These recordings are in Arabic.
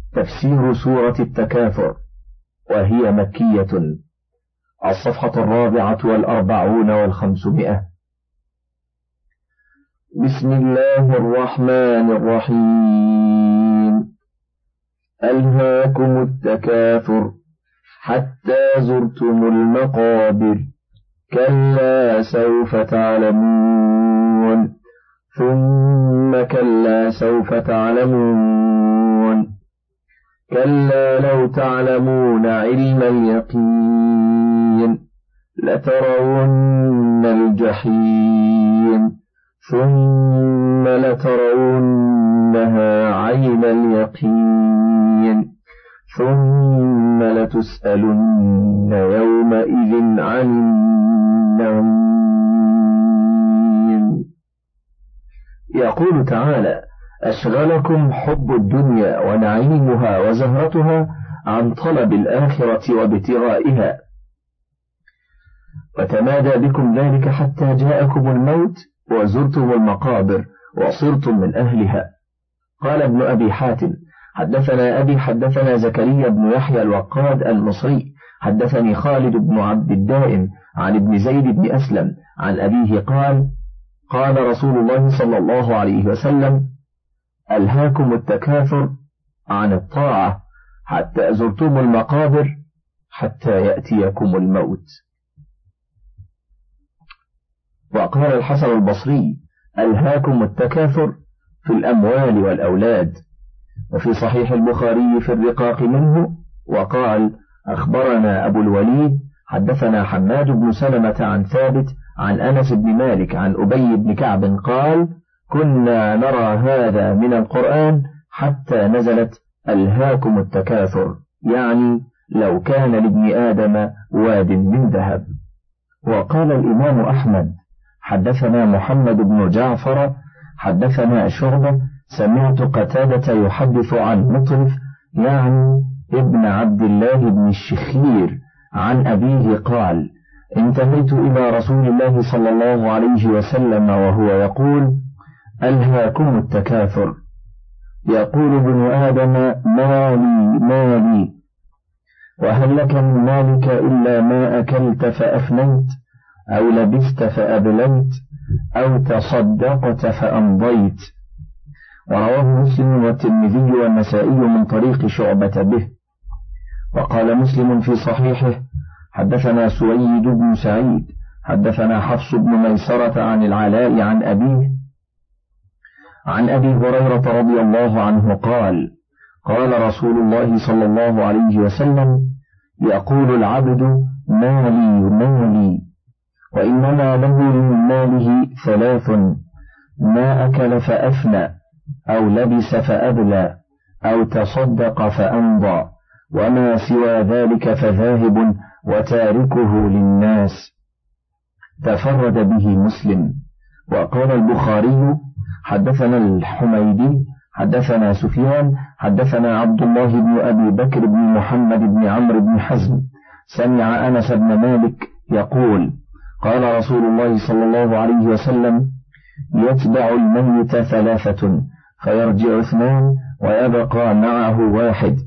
تفسير سورة التكاثر، وهي مكية. الصفحة 44 و500. بسم الله الرحمن الرحيم. ألهاكم التكاثر حتى زرتم المقابر، كلا سوف تعلمون ثم كلا سوف تعلمون، كلا لو تعلمون علم اليقين لترون الجحيم ثم لترونها عين اليقين ثم لتسألن يومئذ عن النعيم. يقول تعالى: أشغلكم حب الدنيا ونعيمها وزهرتها عن طلب الآخرة وابتغائها، وتمادى بكم ذلك حتى جاءكم الموت وزرتم المقابر وصرتم من أهلها. قال ابن أبي حاتم: حدثنا أبي حدثنا زكريا بن يحيى الوقاد المصري حدثني خالد بن عبد الدائم عن ابن زيد بن أسلم عن أبيه قال: قال رسول الله صلى الله عليه وسلم: ألهاكم التكاثر عن الطاعة حتى زرتم المقابر حتى يأتيكم الموت. وقال الحسن البصري: ألهاكم التكاثر في الأموال والأولاد. وفي صحيح البخاري في الرقاق منه. وقال: أخبرنا أبو الوليد حدثنا حماد بن سلمة عن ثابت عن أنس بن مالك عن أبي بن كعب قال: كنا نرى هذا من القرآن حتى نزلت ألهاكم التكاثر، يعني لو كان لابن آدم واد من ذهب. وقال الإمام أحمد: حدثنا محمد بن جعفر حدثنا شعبة سمعت قتادة يحدث عن مطرف يعني ابن عبد الله بن الشخير عن أبيه قال: انتهيت إلى رسول الله صلى الله عليه وسلم وهو يقول: ألهاكم التكاثر، يقول ابن آدم: مالي مالي، وهل لك من مالك إلا ما أكلت فأفنيت، أو لبست فأبليت، أو تصدقت فأمضيت. ورواه مسلم والترمذي والنسائي من طريق شعبة به. وقال مسلم في صحيحه: حدثنا سويد بن سعيد حدثنا حفص بن ميسرة عن العلاء عن أبيه عن أبي هريرة رضي الله عنه قال: قال رسول الله صلى الله عليه وسلم: يقول العبد: مالي مالي، وإنما له من ماله 3: ما أكل فأفنى، أو لبس فأبلى، أو تصدق فأمضى، وما سوى ذلك فذاهب وتاركه للناس. تفرد به مسلم. وقال البخاري: حدثنا الحميدي حدثنا سفيان حدثنا عبد الله بن أبي بكر بن محمد بن عمرو بن حزم سمع أنس بن مالك يقول: قال رسول الله صلى الله عليه وسلم: يتبع الميت 3 فيرجع 2 ويبقى معه 1،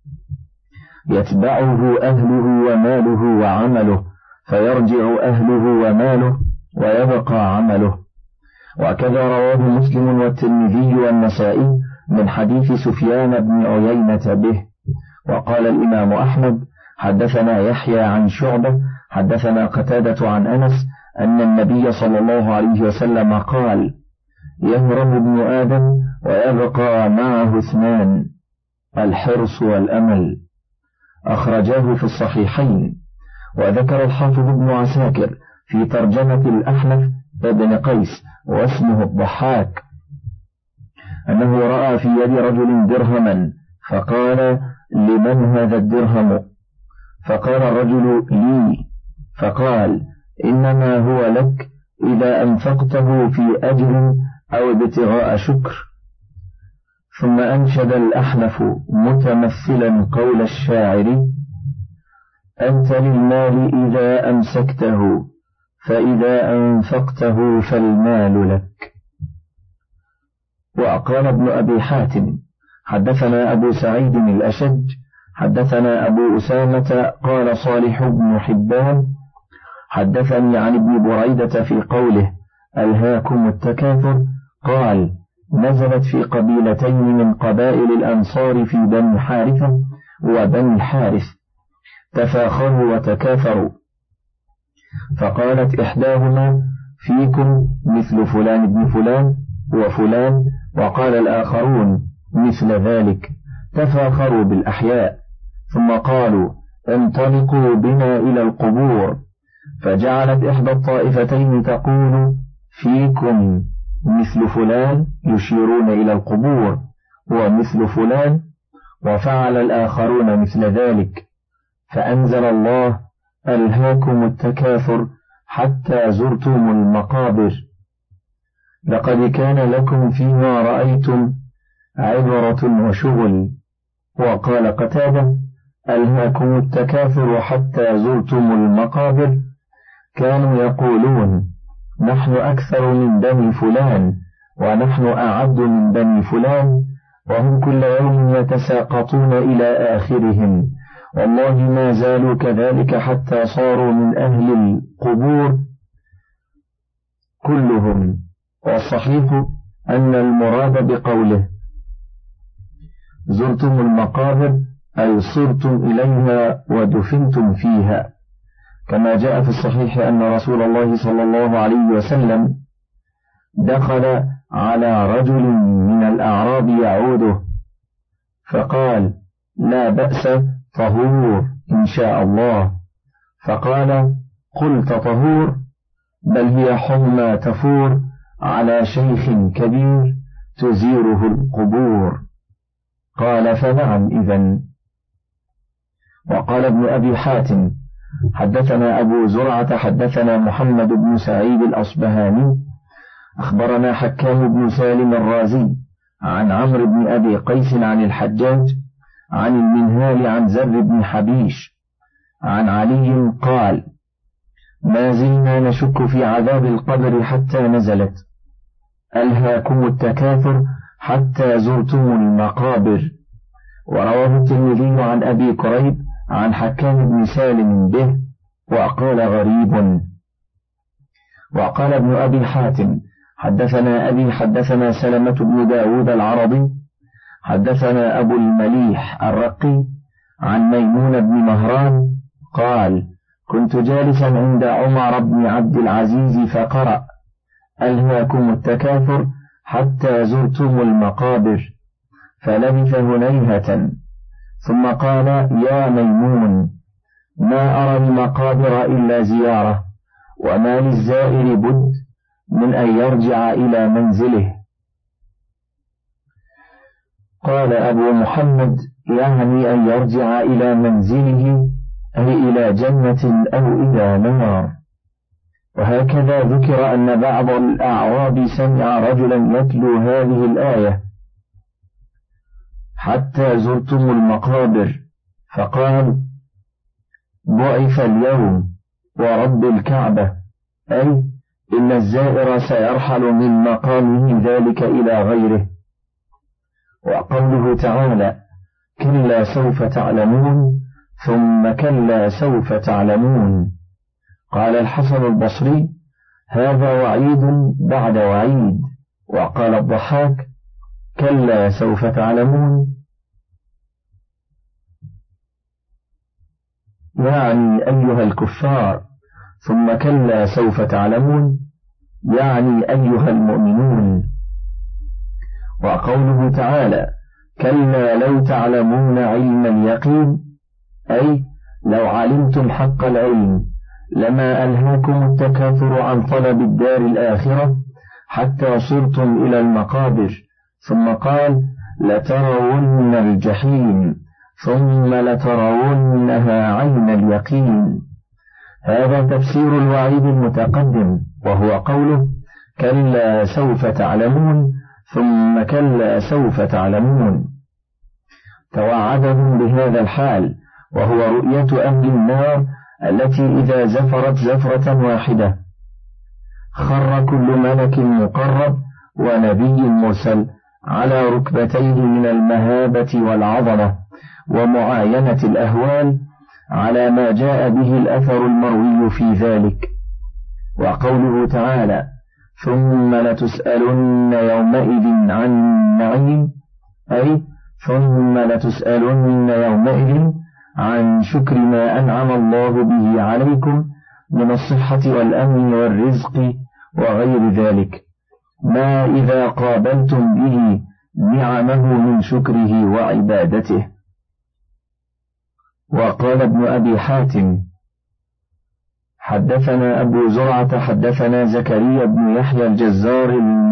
يتبعه أهله وماله وعمله، فيرجع أهله وماله ويبقى عمله. وكذا رواه مسلم والترمذي والنسائي من حديث سفيان بن عيينة به. وقال الإمام أحمد: حدثنا يحيى عن شعبة حدثنا قتادة عن أنس أن النبي صلى الله عليه وسلم قال: يهرم ابن آدم ويبقى معه 2: الحرص والأمل. أخرجاه في الصحيحين. وذكر الحافظ ابن عساكر في ترجمة الأحنف ابن قيس واسمه الضحاك أنه رأى في يد رجل درهما فقال: لمن هذا الدرهم؟ فقال الرجل: لي. فقال: إنما هو لك إذا أنفقته في أجر أو ابتغاء شكر. ثم أنشد الأحنف متمثلا قول الشاعر: أنت للمال إذا أمسكته، فإذا أنفقته فالمال لك. وقال ابن أبي حاتم: حدثنا أبو سعيد الأشج حدثنا أبو أسامة قال صالح بن حبان حدثني عن ابن بريدة في قوله ألهاكم التكاثر قال نزلت في قبيلتين من قبائل الأنصار في بني حارثة وبني الحارث تفاخروا وتكاثروا، فقالت إحداهما فيكم مثل فلان بن فلان وفلان، وقال الآخرون مثل ذلك، تفاخروا بالأحياء، ثم قالوا انطلقوا بنا إلى القبور، فجعلت إحدى الطائفتين تقول فيكم مثل فلان يشيرون إلى القبور ومثل فلان، وفعل الآخرون مثل ذلك، فأنزل الله ألهاكم التكاثر حتى زرتم المقابر لقد كان لكم فيما رأيتم عبرة وشغل. وقال قتادة ألهاكم التكاثر حتى زرتم المقابر كانوا يقولون نحن أكثر من بني فلان ونحن أعد من بني فلان، وهم كل يوم يتساقطون إلى آخرهم، والله ما زالوا كذلك حتى صاروا من أهل القبور كلهم. والصحيح أن المراد بقوله زرتم المقابر أي صرتم إليها ودفنتم فيها، كما جاء في الصحيح أن رسول الله صلى الله عليه وسلم دخل على رجل من الأعراب يعوده فقال لا بأس طهور إن شاء الله، فقال قلت طهور بل هي حمى تفور على شيخ كبير تزيره القبور، قال فنعم إذن. وقال ابن أبي حاتم حدثنا أبو زرعة حدثنا محمد بن سعيد الأصبهاني أخبرنا حكام بن سالم الرازي عن عمرو بن أبي قيس عن الحجاج عن المنهال عن زر بن حبيش عن علي قال ما زلنا نشك في عذاب القبر حتى نزلت ألهاكم التكاثر حتى زرتم المقابر. ورواه الترمذي عن أبي كريب عن حكام بن سالم به وقال غريب. وقال ابن أبي حاتم حدثنا أبي حدثنا سلمة بن داود العربي حدثنا أبو المليح الرقي عن ميمون بن مهران قال كنت جالسا عند عمر بن عبد العزيز فقرأ ألهاكم التكاثر حتى زرتم المقابر، فلبث هنيهة ثم قال يا ميمون ما أرى المقابر إلا زيارة، وما للزائر بد من أن يرجع إلى منزله. قال أبو محمد يعني أن يرجع إلى منزله أي إلى جنة أو إلى نار. وهكذا ذكر أن بعض الأعراب سمع رجلا يتلو هذه الآية حتى زرتم المقابر فقال بعث اليوم ورب الكعبة، أي إن الزائر سيرحل من مقامه ذلك إلى غيره. وقوله تعالى كلا سوف تعلمون ثم كلا سوف تعلمون، قال الحسن البصري هذا وعيد بعد وعيد. وقال الضحاك كلا سوف تعلمون يعني أيها الكفار، ثم كلا سوف تعلمون يعني أيها المؤمنون. وقوله تعالى كلا لو تعلمون علم اليقين أي لو علمتم حق العلم لما ألهاكم التكاثر عن طلب الدار الآخرة حتى صرتم إلى المقابر. ثم قال لترون الجحيم ثم لترونها عين اليقين. هذا تفسير الوعيد المتقدم، وهو قوله كلا سوف تعلمون ثم كلا سوف تعلمون، توعدهم بهذا الحال، وهو رؤية أهل النار التي إذا زفرت زفرة واحدة خر كل ملك مقرب ونبي مرسل على ركبتيه من المهابة والعظمة ومعاينة الأهوال على ما جاء به الأثر المروي في ذلك. وقوله تعالى ثم لتسألن يومئذ عن النعيم، أي ثم لتسألن يومئذ عن شكر ما أنعم الله به عليكم من الصحة والأمن والرزق وغير ذلك، ما إذا قابلتم به نعمه من شكره وعبادته. وقال ابن أبي حاتم حدثنا أبو زرعة حدثنا زكريا بن يحيى الجزار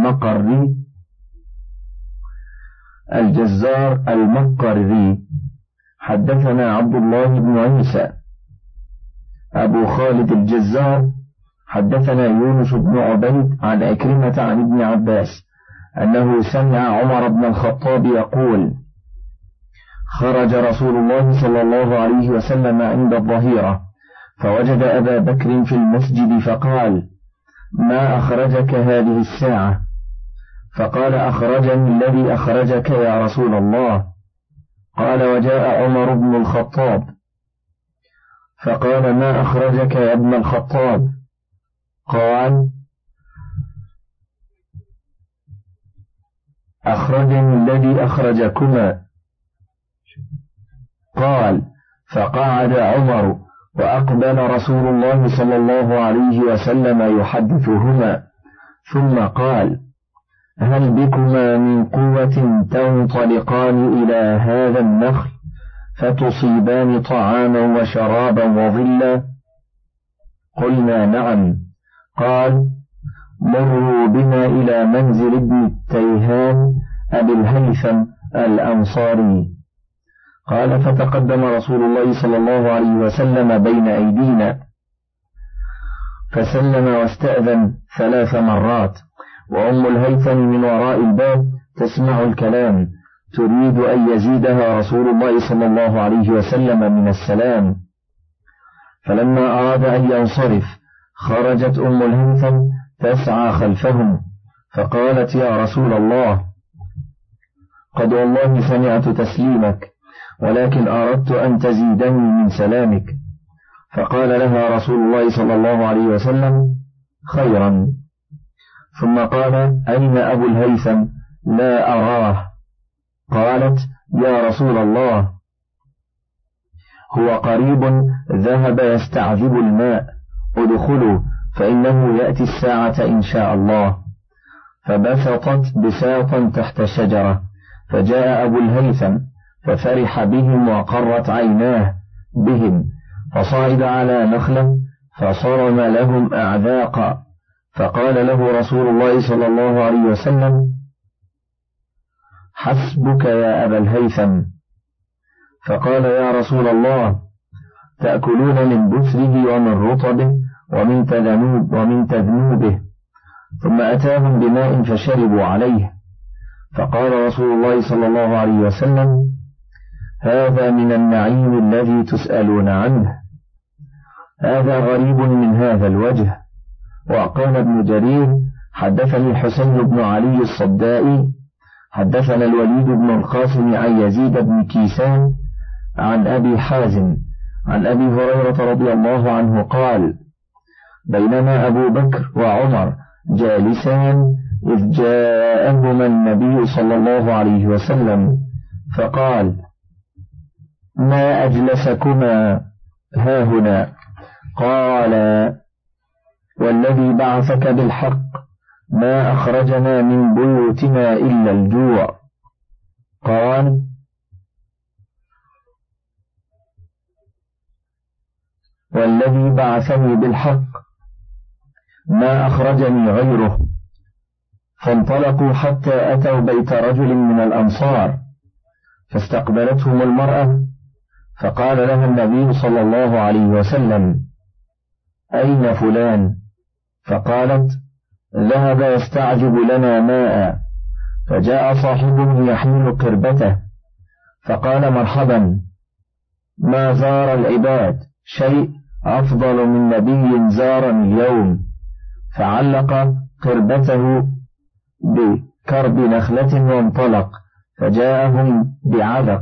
المقري حدثنا عبد الله بن عيسى أبو خالد الجزار حدثنا يونس بن عبيد عن عكرمة عن ابن عباس أنه سمع عمر بن الخطاب يقول خرج رسول الله صلى الله عليه وسلم عند الظهيرة فوجد أبا بكر في المسجد فقال ما أخرجك هذه الساعة؟ فقال أخرجني الذي أخرجك يا رسول الله. قال وجاء عمر بن الخطاب فقال ما أخرجك يا ابن الخطاب؟ قال أخرجني الذي أخرجكما. قال فقعد عمر وأقبل رسول الله صلى الله عليه وسلم يحدثهما ثم قال هل بكما من قوة تنطلقان إلى هذا النخل فتصيبان طعاما وشرابا وظلا؟ قلنا نعم. قال مروا بنا إلى منزل ابن التيهان أبي الهيثم الأنصاري. قال فتقدم رسول الله صلى الله عليه وسلم بين أيدينا فسلم واستأذن 3 مرات، وأم الهيثم من وراء الباب تسمع الكلام تريد أن يزيدها رسول الله صلى الله عليه وسلم من السلام. فلما أراد أن ينصرف خرجت أم الهيثم تسعى خلفهم فقالت يا رسول الله قد والله سمعت تسليمك ولكن أردت أن تزيدني من سلامك. فقال لها رسول الله صلى الله عليه وسلم خيرا. ثم قال أين أبو الهيثم؟ لا أراه. قالت يا رسول الله هو قريب ذهب يستعذب الماء، ادخلوا فإنه يأتي الساعة إن شاء الله. فبسطت بساطا تحت شجرة فجاء أبو الهيثم ففرح بهم وقرت عيناه بهم فصعد على نخلة فصرم لهم أعذاقا. فقال له رسول الله صلى الله عليه وسلم حسبك يا أبا الهيثم. فقال يا رسول الله تأكلون من بسره ومن رطبه ومن تذنوبه. ثم أتاهم بماء فشربوا عليه. فقال رسول الله صلى الله عليه وسلم هذا من النعيم الذي تسألون عنه. هذا غريب من هذا الوجه. وقال ابن جرير حدثني الحسين بن علي الصدائي حدثنا الوليد بن القاسم عن يزيد بن كيسان عن أبي حازم عن أبي هريرة رضي الله عنه قال بينما أبو بكر وعمر جالسان إذ جاءهما النبي صلى الله عليه وسلم فقال ما أجلسكما هاهنا؟ قال والذي بعثك بالحق ما أخرجنا من بيوتنا إلا الجوع. قال والذي بعثني بالحق ما أخرجني غيره. فانطلقوا حتى أتوا بيت رجل من الأنصار فاستقبلتهم المرأة فقال لها النبي صلى الله عليه وسلم أين فلان؟ فقالت ذهب يستعجب لنا ماء. فجاء صاحبه يحمل قربته فقال مرحبا، ما زار العباد شيء أفضل من نبي زارني اليوم. فعلق قربته كرب نخلة وانطلق فجاءهم بعذق،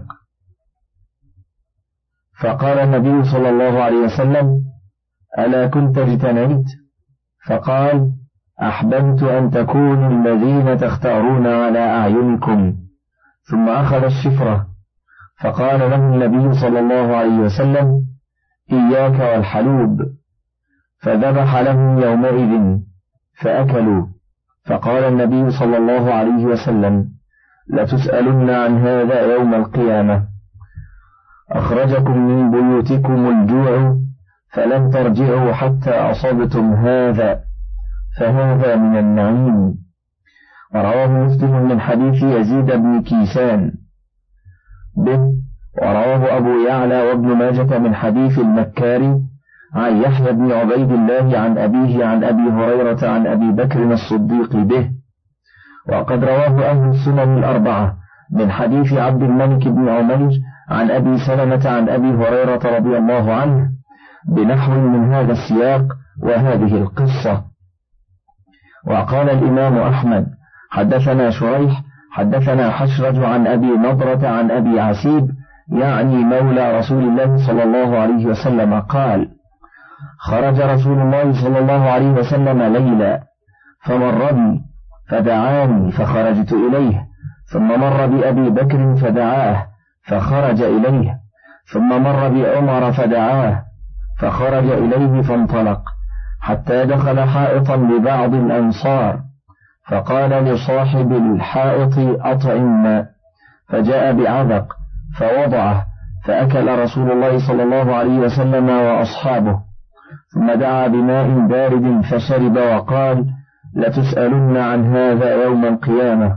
فقال النبي صلى الله عليه وسلم: ألا كنت اجتنيت؟ فقال: أحببت أن تكونوا الذين تختارون على أعينكم. ثم أخذ الشفرة، فقال له النبي صلى الله عليه وسلم: إياك والحلوب، فذبح لهم يومئذ فأكلوا. فقال النبي صلى الله عليه وسلم: لتسألن عن هذا يوم القيامة. أخرجكم من بيوتكم الجوع فلن ترجعوا حتى أصبتم هذا، فهذا من النعيم. ورواه مسلم من حديث يزيد بن كيسان به، ورواه أبو يعلى وابن ماجة من حديث المكاري عن يحيى بن عبيد الله عن أبيه عن أبي هريرة عن أبي بكر الصديق به. وقد رواه أهل السنن الأربعة من حديث عبد الملك بن عمير عن أبي سلمة عن أبي هريرة رضي الله عنه بنحو من هذا السياق وهذه القصة. وقال الإمام أحمد: حدثنا شريح حدثنا حشرج عن أبي نضرة عن أبي عسيب يعني مولى رسول الله صلى الله عليه وسلم قال: خرج رسول الله صلى الله عليه وسلم ليلا فمر بي فدعاني فخرجت إليه، ثم مر بأبي بكر فدعاه فخرج إليه، ثم مر بعمر فدعاه فخرج إليه فانطلق حتى دخل حائطا لبعض الأنصار، فقال لصاحب الحائط: أطعم، فجاء بعذق فوضعه فأكل رسول الله صلى الله عليه وسلم وأصحابه، ثم دعا بماء بارد فشرب وقال: لتسألن عن هذا يوم القيامة.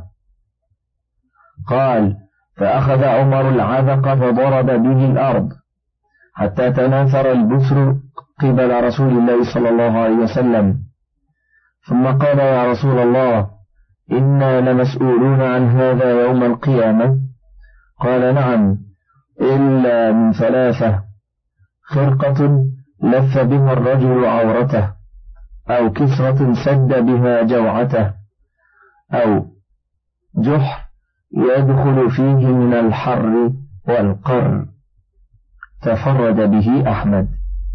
قال: فأخذ عمر العذق فضرب به الأرض حتى تناثر البسر قبل رسول الله صلى الله عليه وسلم، ثم قال: يا رسول الله، إنا لمسؤولون عن هذا يوم القيامة. قال: نعم، إلا من ثلاثة: خرقة لف بها الرجل عورته، أو كسرة سد بها جوعته، أو جحر يدخل فيه من الحر والقر. تفرد به أحمد.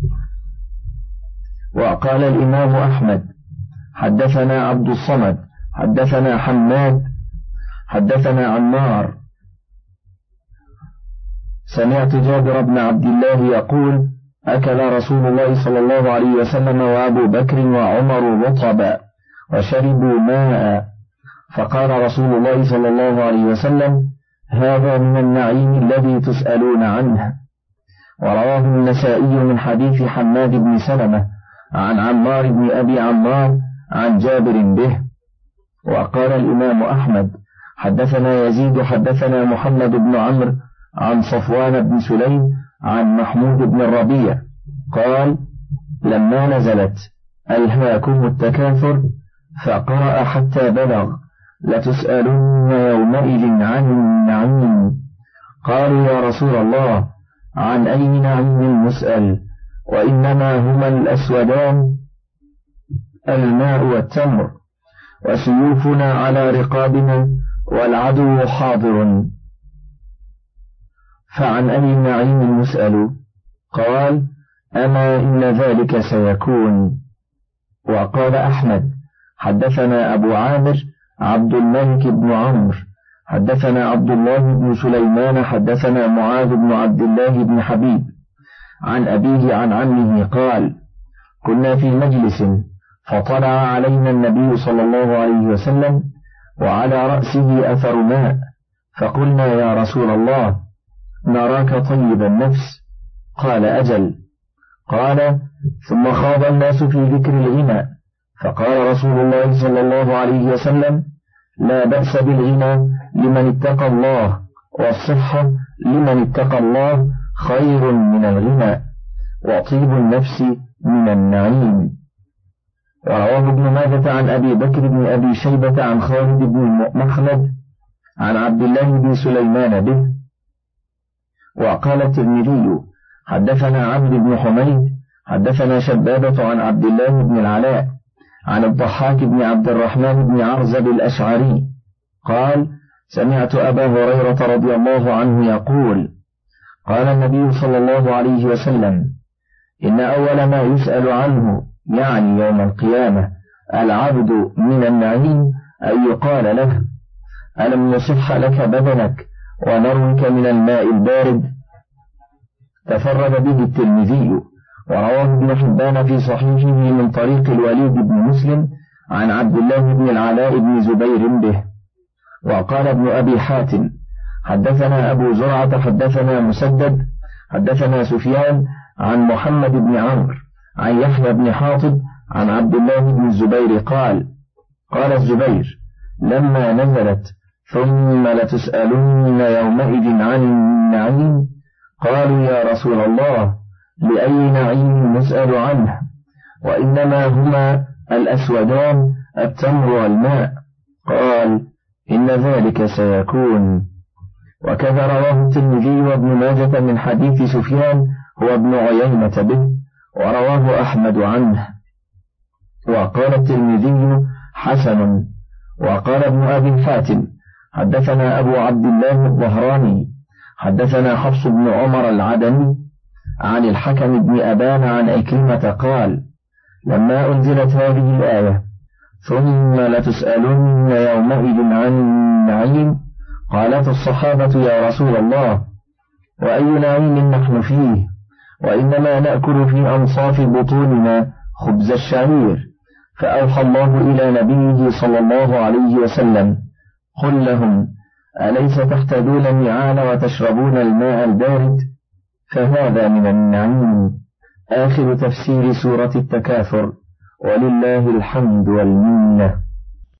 وقال الإمام أحمد: حدثنا عبد الصمد حدثنا حماد حدثنا عمار سمعت جابر بن عبد الله يقول: أكل رسول الله صلى الله عليه وسلم وأبو بكر وعمر رطبا وشربوا ماء، فقال رسول الله صلى الله عليه وسلم: هذا من النعيم الذي تسألون عنه. ورواه النسائي من حديث حماد بن سلمة عن عمار بن أبي عمار عن جابر به. وقال الإمام أحمد: حدثنا يزيد حدثنا محمد بن عمرو عن صفوان بن سليم عن محمود بن الربيع قال: لما نزلت ألهاكم التكاثر فقرأ حتى بلغ: لتسألن يومئذ عن النعيم. قالوا: يا رسول الله، عن أي نعيم نسأل؟ وإنما هما الأسودان الماء والتمر، وسيوفنا على رقابنا والعدو حاضر، فعن أي نعيم نسأل؟ قال: أما إن ذلك سيكون. وقال أحمد: حدثنا أبو عامر عبد الملك بن عمرو حدثنا عبد الله بن سليمان حدثنا معاذ بن عبد الله بن حبيب عن أبيه عن عمه قال: كنا في مجلس فطلع علينا النبي صلى الله عليه وسلم وعلى رأسه أثر ماء، فقلنا: يا رسول الله، نراك طيب النفس. قال: أجل. قال: ثم خاض الناس في ذكر الغنى، فقال رسول الله صلى الله عليه وسلم: لا بأس بالغنى لمن اتقى الله، والصحة لمن اتقى الله خير من الغنى، وطيب النفس من النعيم. ورواه ابن ماجة عن أبي بكر بن أبي شيبة عن خالد بن مخلد عن عبد الله بن سليمان به. وقال الترمذي: حدثنا عبد بن حميد حدثنا شبابة عن عبد الله بن العلاء عن الضحاك بن عبد الرحمن بن عرزب الأشعري قال: سمعت أبا هريرة رضي الله عنه يقول: قال النبي صلى الله عليه وسلم: إن أول ما يسأل عنه يعني يوم القيامة العبد من النعيم أن يقال له: ألم نصح لك بدنك ونروك من الماء البارد؟ تفرد به الترمذي، ورواه ابن حبان في صحيحه من طريق الوليد بن مسلم عن عبد الله بن العلاء بن زبير به. وقال ابن أبي حاتم: حدثنا أبو زرعة حدثنا مسدد حدثنا سفيان عن محمد بن عمرو عن يحيى بن حاطب عن عبد الله بن الزبير قال: قال الزبير: لما نزلت ثم لتسألن يومئذ عن النعيم، قالوا: يا رسول الله، لأي نعيم نسأل عنه؟ وإنما هما الأسودان التمر والماء. قال: إن ذلك سيكون. وكذا رواه الترمذي وابن ماجة من حديث سفيان هو ابن عيينة به، ورواه أحمد عنه. وقال الترمذي: حسن. وقال ابن أبي حاتم: حدثنا أبو عبد الله الظهراني حدثنا حفص بن عمر العدني عن الحكم بن أبان عن عكرمة قال: لما أنزلت هذه الآية ثم لتسألن يومئذ عن النعيم، قالت الصحابة: يا رسول الله، وأي نعيم نحن فيه؟ وإنما نأكل في أنصاف بطوننا خبز الشعير. فأوحى الله إلى نبيه صلى الله عليه وسلم: قل لهم: أليس تحتدون النعال وتشربون الماء البارد؟ فهذا من النعيم. آخر تفسير سورة التكاثر، ولله الحمد والمنة.